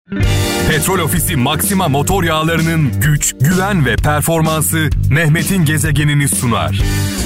Petrol Ofisi Maxima motor yağlarının güç, güven ve performansı Mehmet'in gezegenini sunar.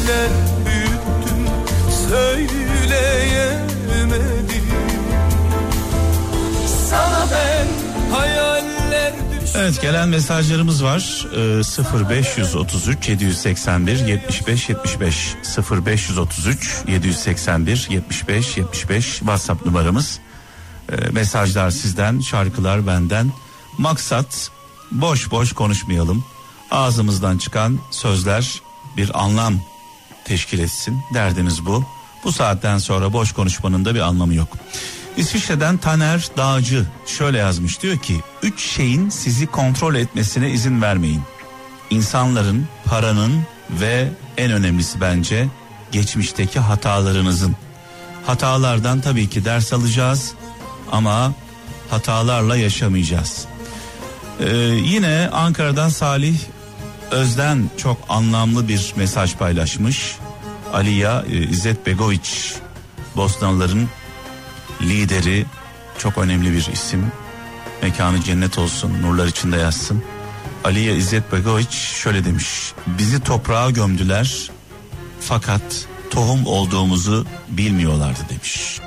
Evet, gelen mesajlarımız var. 0533 781 75 75 0533 781 75 75 WhatsApp numaramız. Mesajlar sizden, şarkılar benden. Maksat boş boş konuşmayalım. Ağzımızdan çıkan sözler bir anlam teşkil etsin. Derdimiz bu. Bu saatten sonra boş konuşmanın da bir anlamı yok. İsviçre'den Taner Dağcı şöyle yazmış, diyor ki 3 şeyin sizi kontrol etmesine izin vermeyin. İnsanların, paranın ve en önemlisi bence geçmişteki hatalarınızın. Hatalardan tabii ki ders alacağız ama hatalarla yaşamayacağız. Yine Ankara'dan Salih Özden çok anlamlı bir mesaj paylaşmış. Aliya İzzet Begoviç, Bosnalıların lideri, çok önemli bir isim. Mekanı cennet olsun, nurlar içinde yatsın. Aliya İzzet Begoviç şöyle demiş: bizi toprağa gömdüler fakat tohum olduğumuzu bilmiyorlardı demiş.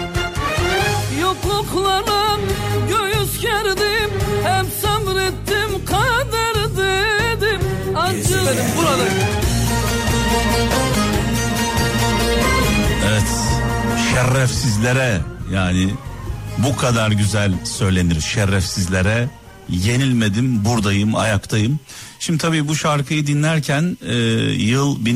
Yokluklara göğüs gerdim, hep sabrettim, kader dedim, acıdım burada. Evet, şerefsizlere, yani bu kadar güzel söylenir, şerefsizlere yenilmedim, buradayım, ayaktayım. Şimdi tabii bu şarkıyı dinlerken yıl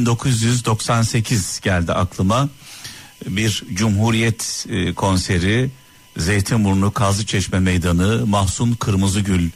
1998 geldi aklıma. Bir Cumhuriyet konseri, Zeytinburnu Kazlıçeşme Meydanı, Mahsun Kırmızıgül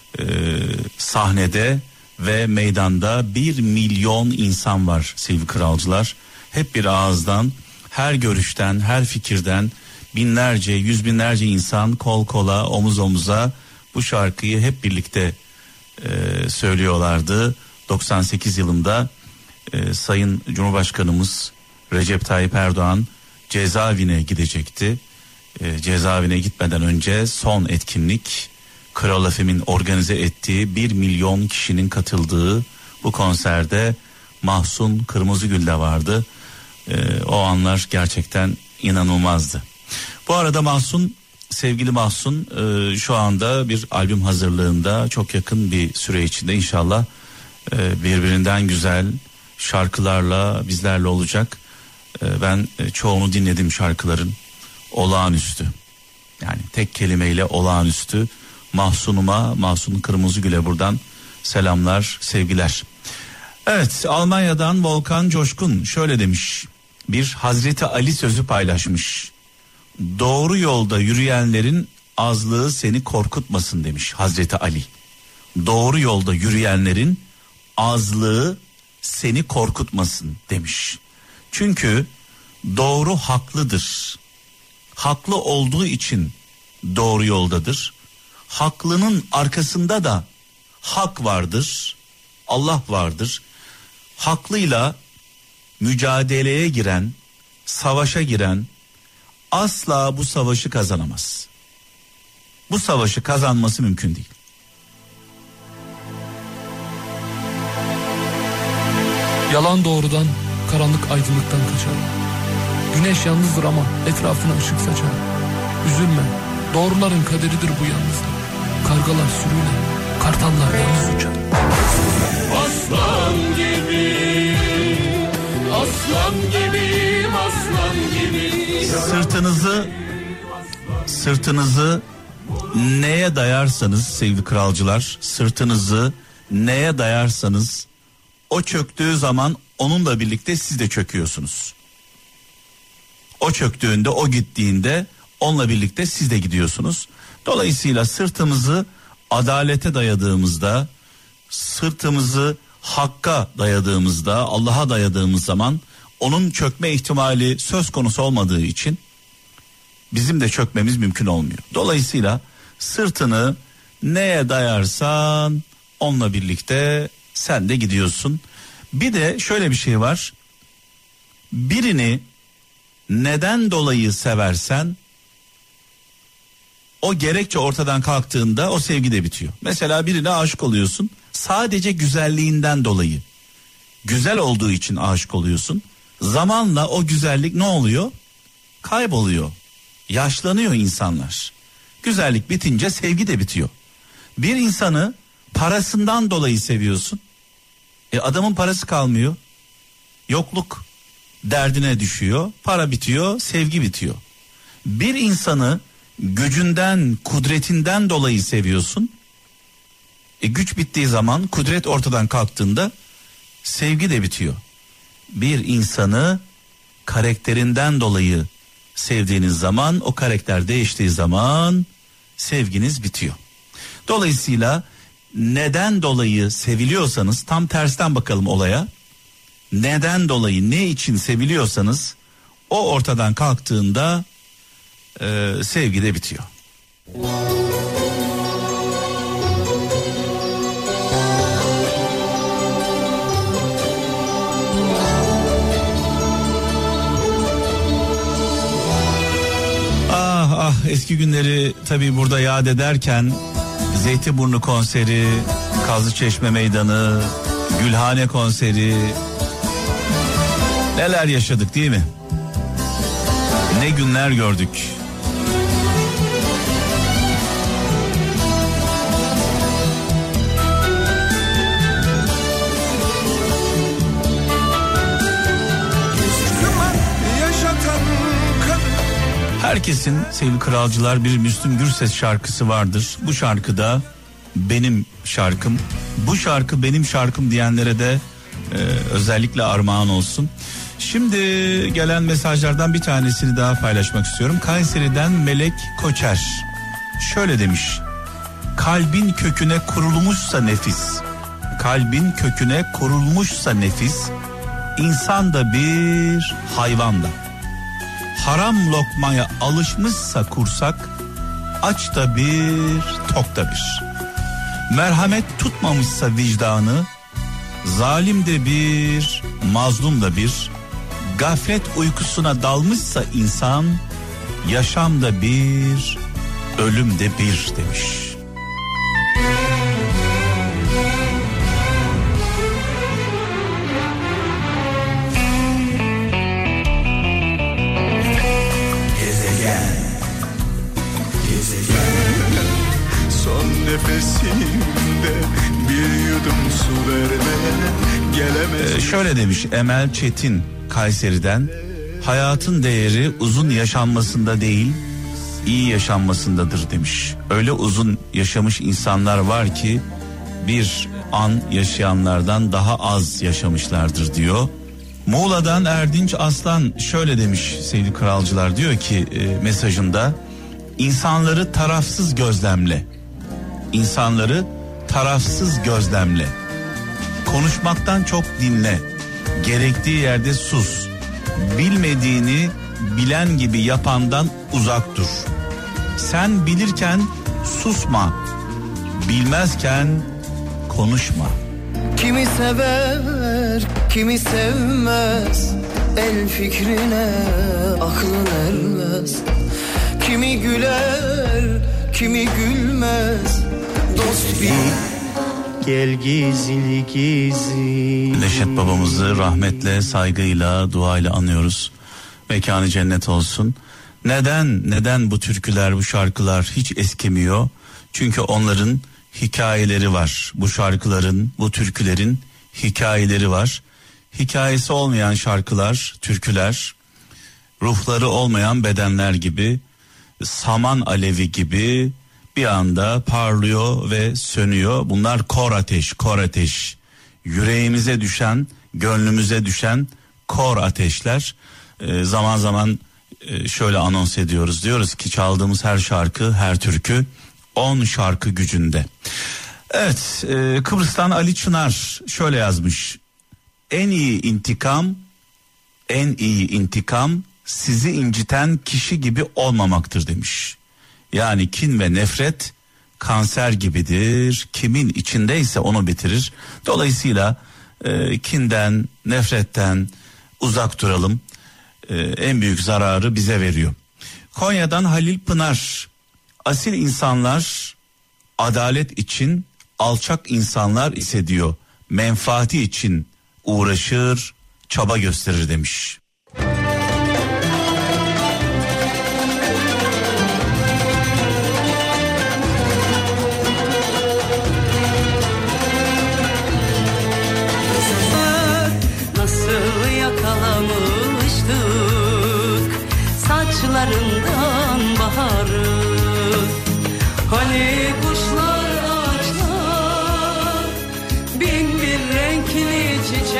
sahnede ve meydanda 1 milyon insan var sevgili kralcılar. Hep bir ağızdan, her görüşten, her fikirden binlerce, yüz binlerce insan kol kola, omuz omuza bu şarkıyı hep birlikte söylüyorlardı. 98 yılında Sayın Cumhurbaşkanımız Recep Tayyip Erdoğan cezaevine gidecekti. Cezaevine gitmeden önce son etkinlik, Kral FM'in organize ettiği 1 milyon kişinin katıldığı bu konserde Mahsun Kırmızıgül de vardı. O anlar gerçekten inanılmazdı. Bu arada Mahsun, sevgili Mahsun şu anda bir albüm hazırlığında, çok yakın bir süre içinde inşallah birbirinden güzel şarkılarla bizlerle olacak. Ben çoğunu dinledim şarkıların, olağanüstü. Yani tek kelimeyle olağanüstü. Mahsun Kırmızıgül'e buradan selamlar, sevgiler. Evet, Almanya'dan Volkan Coşkun şöyle demiş. Bir Hazreti Ali sözü paylaşmış. Doğru yolda yürüyenlerin azlığı seni korkutmasın demiş Hazreti Ali. Doğru yolda yürüyenlerin azlığı seni korkutmasın demiş. Çünkü doğru haklıdır. Haklı olduğu için doğru yoldadır. Haklının arkasında da hak vardır. Allah vardır. Haklıyla mücadeleye giren, savaşa giren asla bu savaşı kazanamaz. Bu savaşı kazanması mümkün değil. Yalan doğrudan, karanlık aydınlıktan kaçar. Güneş yalnızdır ama etrafına ışık saçar. Üzülme, doğruların kaderidir bu yalnızlık. Kargalar sürüyle, kartallar yalnız uçar. Aslan gibi, aslan gibi, aslan gibi. Sırtınızı neye dayarsanız sevgili kralcılar, sırtınızı neye dayarsanız o çöktüğü zaman onunla birlikte siz de çöküyorsunuz. O çöktüğünde, o gittiğinde onunla birlikte siz de gidiyorsunuz. Dolayısıyla sırtımızı adalete dayadığımızda, sırtımızı hakka dayadığımızda, Allah'a dayadığımız zaman onun çökme ihtimali söz konusu olmadığı için bizim de çökmemiz mümkün olmuyor. Dolayısıyla sırtını neye dayarsan onunla birlikte sen de gidiyorsun. Bir de şöyle bir şey var. Birini neden dolayı seversen o gerekçe ortadan kalktığında o sevgi de bitiyor. Mesela birine aşık oluyorsun. Sadece güzelliğinden dolayı. Güzel olduğu için aşık oluyorsun. Zamanla o güzellik ne oluyor? Kayboluyor. Yaşlanıyor insanlar. Güzellik bitince sevgi de bitiyor. Bir insanı parasından dolayı seviyorsun. Adamın parası kalmıyor. Yokluk derdine düşüyor. Para bitiyor, sevgi bitiyor. Bir insanı gücünden, kudretinden dolayı seviyorsun. Güç bittiği zaman, kudret ortadan kalktığında sevgi de bitiyor. Bir insanı karakterinden dolayı sevdiğiniz zaman, o karakter değiştiği zaman sevginiz bitiyor. Dolayısıyla neden dolayı seviliyorsanız, tam tersten bakalım olaya. Neden dolayı, ne için seviliyorsanız o ortadan kalktığında sevgi de bitiyor. Eski günleri tabii burada yad ederken Zeytinburnu konseri, Kazlıçeşme Meydanı, Gülhane konseri, neler yaşadık değil mi? Ne günler gördük. Herkesin sevgili kralcılar bir Müslüm Gürses şarkısı vardır. Bu şarkıda benim şarkım, bu şarkı benim şarkım diyenlere de özellikle armağan olsun. Şimdi gelen mesajlardan bir tanesini daha paylaşmak istiyorum. Kayseri'den Melek Koçer şöyle demiş: kalbin köküne kurulmuşsa nefis, kalbin köküne kurulmuşsa nefis, insan da bir hayvan da. Haram lokmaya alışmışsa kursak, aç da bir, tok da bir. Merhamet tutmamışsa vicdanı, zalim de bir, mazlum da bir. Gaflet uykusuna dalmışsa insan, yaşam da bir, ölüm de bir demiş. Nefesimde bir yudum su vermeye gelemez. Şöyle demiş Emel Çetin Kayseri'den: hayatın değeri uzun yaşanmasında değil, iyi yaşanmasındadır demiş. Öyle uzun yaşamış insanlar var ki bir an yaşayanlardan daha az yaşamışlardır diyor. Muğla'dan Erdinç Aslan şöyle demiş sevgili kralcılar, diyor ki mesajında: insanları tarafsız gözlemle. İnsanları tarafsız gözlemle. Konuşmaktan çok dinle. Gerektiği yerde sus. Bilmediğini bilen gibi yapandan uzak dur. Sen bilirken susma. Bilmezken konuşma. Kimi sever, kimi sevmez. El fikrine aklın ermez. Kimi güler, kimi gülmez. Dost bir gel gizli gizli. Neşet babamızı rahmetle, saygıyla, duayla anıyoruz. Mekanı cennet olsun. Neden bu türküler, bu şarkılar hiç eskimiyor? Çünkü onların hikayeleri var. Bu şarkıların, bu türkülerin hikayeleri var. Hikayesi olmayan şarkılar, türküler, ruhları olmayan bedenler gibi, saman alevi gibi bir anda parlıyor ve sönüyor. Bunlar kor ateş, kor ateş. Yüreğimize düşen, gönlümüze düşen kor ateşler. Zaman zaman şöyle anons ediyoruz. Diyoruz ki çaldığımız her şarkı, her türkü 10 şarkı gücünde. Evet, Kıbrıs'tan Ali Çınar şöyle yazmış: en iyi intikam sizi inciten kişi gibi olmamaktır demiş. Yani kin ve nefret kanser gibidir. Kimin içindeyse onu bitirir. Dolayısıyla kinden, nefretten uzak duralım. En büyük zararı bize veriyor. Konya'dan Halil Pınar: Asil insanlar adalet için, alçak insanlar ise diyor menfaati için uğraşır, çaba gösterir demiş. Nasıl yakalamıştık saçlarından baharı. Hani kuşlar ağaçlar, bin bir renkli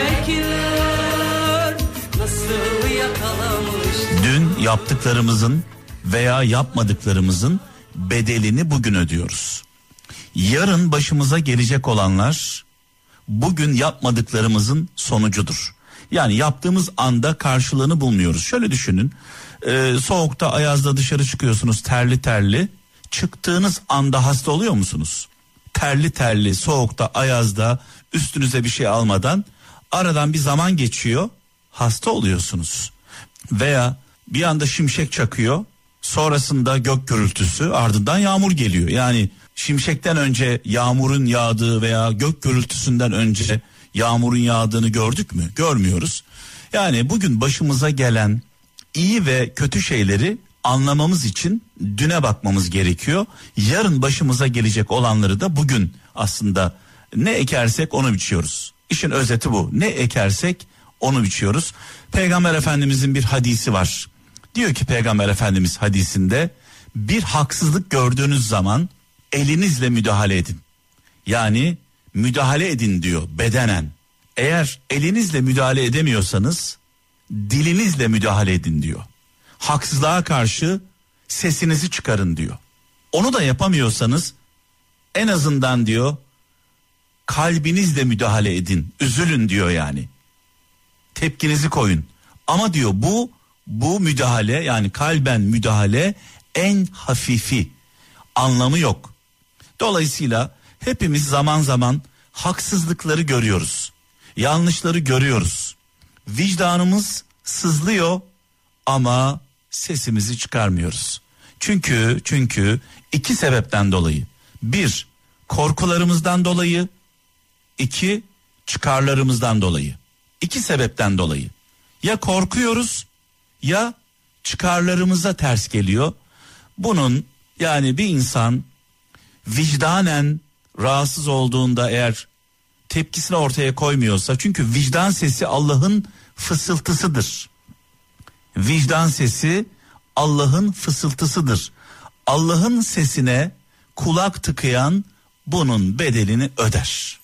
çiçekler, nasıl yakalamıştık. Dün yaptıklarımızın veya yapmadıklarımızın bedelini bugün ödüyoruz. Yarın başımıza gelecek olanlar bugün yapmadıklarımızın sonucudur. Yani yaptığımız anda karşılığını bulmuyoruz. Şöyle düşünün, soğukta ayazda dışarı çıkıyorsunuz terli terli. Çıktığınız anda hasta oluyor musunuz? Terli terli soğukta ayazda üstünüze bir şey almadan aradan bir zaman geçiyor, hasta oluyorsunuz. Veya bir anda şimşek çakıyor, sonrasında gök gürültüsü, ardından yağmur geliyor. Yani şimşekten önce yağmurun yağdığı veya gök gürültüsünden önce yağmurun yağdığını gördük mü? Görmüyoruz. Yani bugün başımıza gelen iyi ve kötü şeyleri anlamamız için düne bakmamız gerekiyor. Yarın başımıza gelecek olanları da bugün aslında ne ekersek onu biçiyoruz. İşin özeti bu. Ne ekersek onu biçiyoruz. Peygamber Efendimizin bir hadisi var. Diyor ki Peygamber Efendimiz hadisinde, bir haksızlık gördüğünüz zaman elinizle müdahale edin. Yani müdahale edin diyor bedenen. Eğer elinizle müdahale edemiyorsanız dilinizle müdahale edin diyor. Haksızlığa karşı sesinizi çıkarın diyor. Onu da yapamıyorsanız en azından diyor kalbinizle müdahale edin. Üzülün diyor yani. Tepkinizi koyun. Ama diyor bu müdahale, yani kalben müdahale en hafifi, anlamı yok. Dolayısıyla hepimiz zaman zaman haksızlıkları görüyoruz. Yanlışları görüyoruz. Vicdanımız sızlıyor ama sesimizi çıkarmıyoruz. Çünkü iki sebepten dolayı. Bir, korkularımızdan dolayı. İki, çıkarlarımızdan dolayı. İki sebepten dolayı. Ya korkuyoruz ya çıkarlarımıza ters geliyor. Bunun, yani bir insan vicdanen rahatsız olduğunda eğer tepkisini ortaya koymuyorsa, çünkü vicdan sesi Allah'ın fısıltısıdır. Vicdan sesi Allah'ın fısıltısıdır. Allah'ın sesine kulak tıkayan bunun bedelini öder.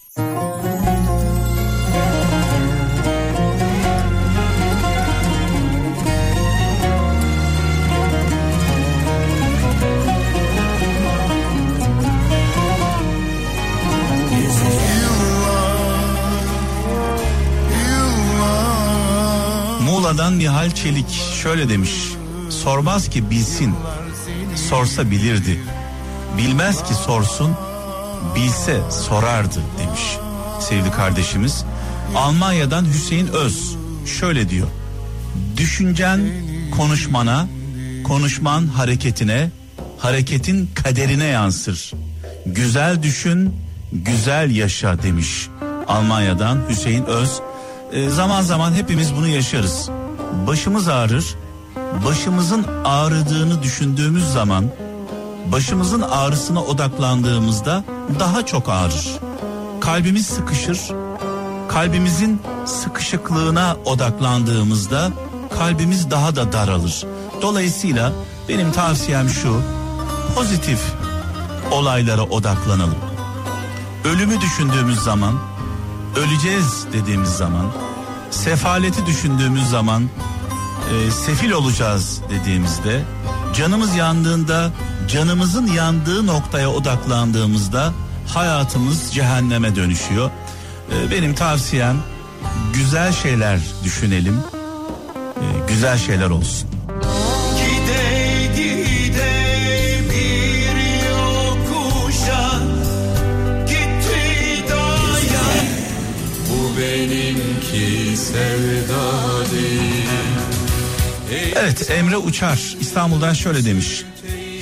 Muğla'dan Nihal Çelik şöyle demiş: sormaz ki bilsin, sorsa bilirdi. Bilmez ki sorsun, bilse sorardı demiş sevgili kardeşimiz. Almanya'dan Hüseyin Öz şöyle diyor: düşüncen konuşmana, konuşman hareketine, hareketin kaderine yansır. Güzel düşün, güzel yaşa demiş Almanya'dan Hüseyin Öz. Zaman zaman hepimiz bunu yaşarız. Başımız ağrır. Başımızın ağrıdığını düşündüğümüz zaman, başımızın ağrısına odaklandığımızda daha çok ağrır. Kalbimiz sıkışır. Kalbimizin sıkışıklığına odaklandığımızda kalbimiz daha da daralır. Dolayısıyla benim tavsiyem şu: pozitif olaylara odaklanalım. Ölümü düşündüğümüz zaman, öleceğiz dediğimiz zaman, sefaleti düşündüğümüz zaman, sefil olacağız dediğimizde, canımız yandığında, canımızın yandığı noktaya odaklandığımızda hayatımız cehenneme dönüşüyor. Benim tavsiyem, güzel şeyler düşünelim, güzel şeyler olsun. Gide gide bir yokuşa gitti dayan. Bu benimki sevda değil. Evet, Emre Uçar İstanbul'dan şöyle demiş: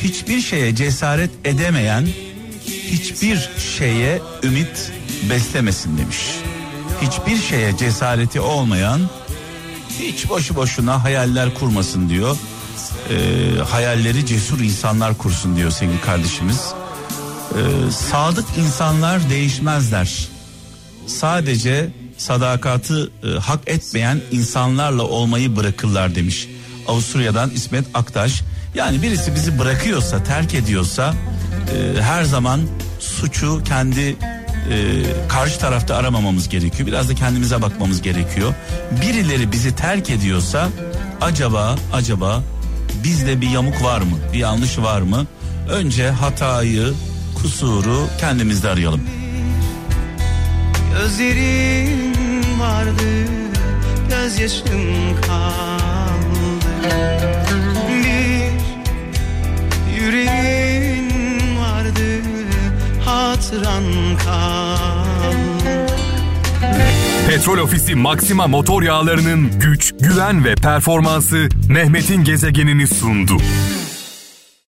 hiçbir şeye cesaret edemeyen hiçbir şeye ümit beslemesin demiş. Hiçbir şeye cesareti olmayan hiç boşu boşuna hayaller kurmasın diyor. Hayalleri cesur insanlar kursun diyor sevgili kardeşimiz. Sadık insanlar değişmezler. Sadece sadakatı hak etmeyen insanlarla olmayı bırakırlar demiş. Avusturya'dan İsmet Aktaş. Yani birisi bizi bırakıyorsa, terk ediyorsa her zaman suçu kendi karşı tarafta aramamamız gerekiyor. Biraz da kendimize bakmamız gerekiyor. Birileri bizi terk ediyorsa acaba bizde bir yamuk var mı? Bir yanlış var mı? Önce hatayı, kusuru kendimizde arayalım. Gözlerin vardı, gözyaşım kaldı. Bir yüreğin vardı, hatıran kaldı. Petrol Ofisi Maxima motor yağlarının güç, güven ve performansı Mehmet'in gezegenini sundu.